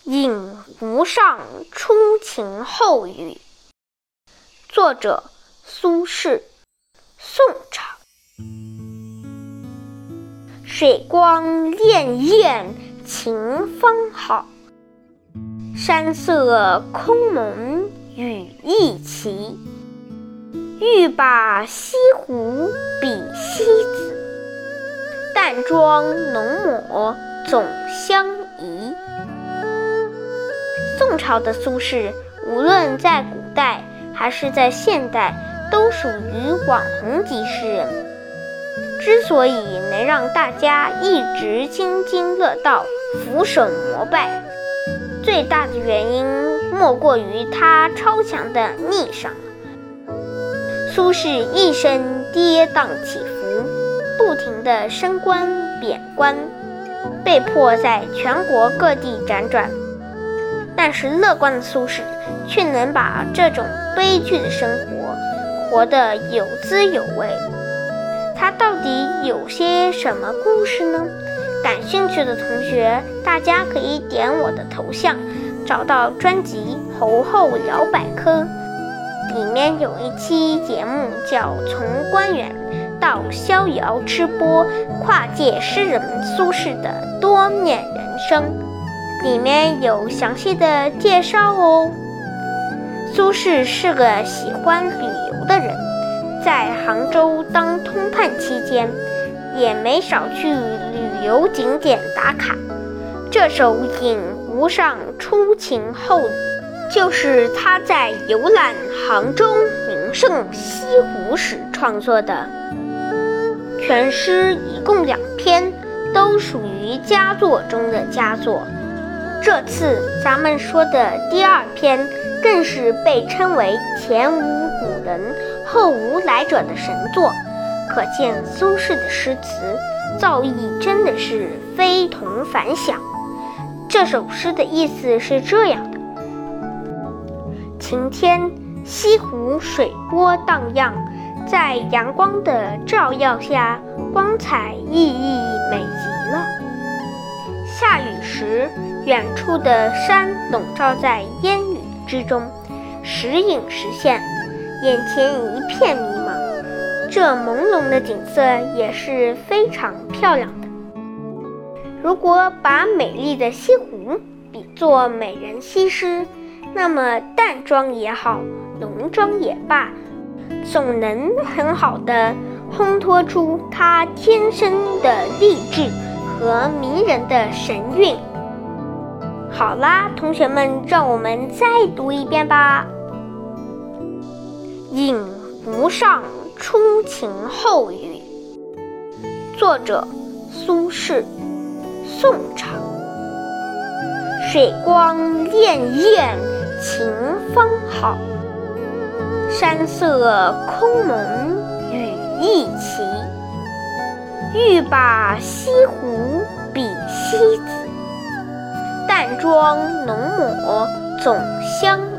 引湖上初晴后雨。作者苏轼，宋朝。水光潋滟晴方好，山色空蒙雨亦奇。欲把西湖比西子，淡妆浓抹总相宜。宋朝的苏轼，无论在古代还是在现代，都属于网红级诗人。之所以能让大家一直津津乐道、俯首膜拜，最大的原因莫过于他超强的逆商。苏轼一生跌宕起伏，不停地升官贬官，被迫在全国各地辗转。但是乐观的苏轼却能把这种悲剧的生活活得有滋有味。他到底有些什么故事呢？感兴趣的同学，大家可以点我的头像，找到专辑《侯后聊百科》，里面有一期节目叫《从官员到逍遥吃播：跨界诗人苏轼的多面人生》，里面有详细的介绍哦。苏轼是个喜欢旅游的人，在杭州当通判期间，也没少去旅游景点打卡。这首《引湖上初晴后雨》就是他在游览杭州名胜西湖时创作的。全诗一共2篇，都属于佳作中的佳作。这次咱们说的第2篇，更是被称为前无古人后无来者的神作，可见苏轼的诗词造诣真的是非同凡响。这首诗的意思是这样的：晴天，西湖水波荡漾，在阳光的照耀下，光彩熠熠美极了。下雨时，远处的山笼罩在烟雨之中，时隐时现，眼前一片迷茫。这朦胧的景色也是非常漂亮的。如果把美丽的西湖比作美人西施，那么淡妆也好，浓妆也罢，总能很好的烘托出她天生的丽质和迷人的神韵。好啦，同学们，让我们再读一遍吧。引湖上初晴后雨。作者苏轼，宋朝。水光潋滟晴方好，山色空蒙雨亦奇。欲把西湖比西子，淡妆浓抹总相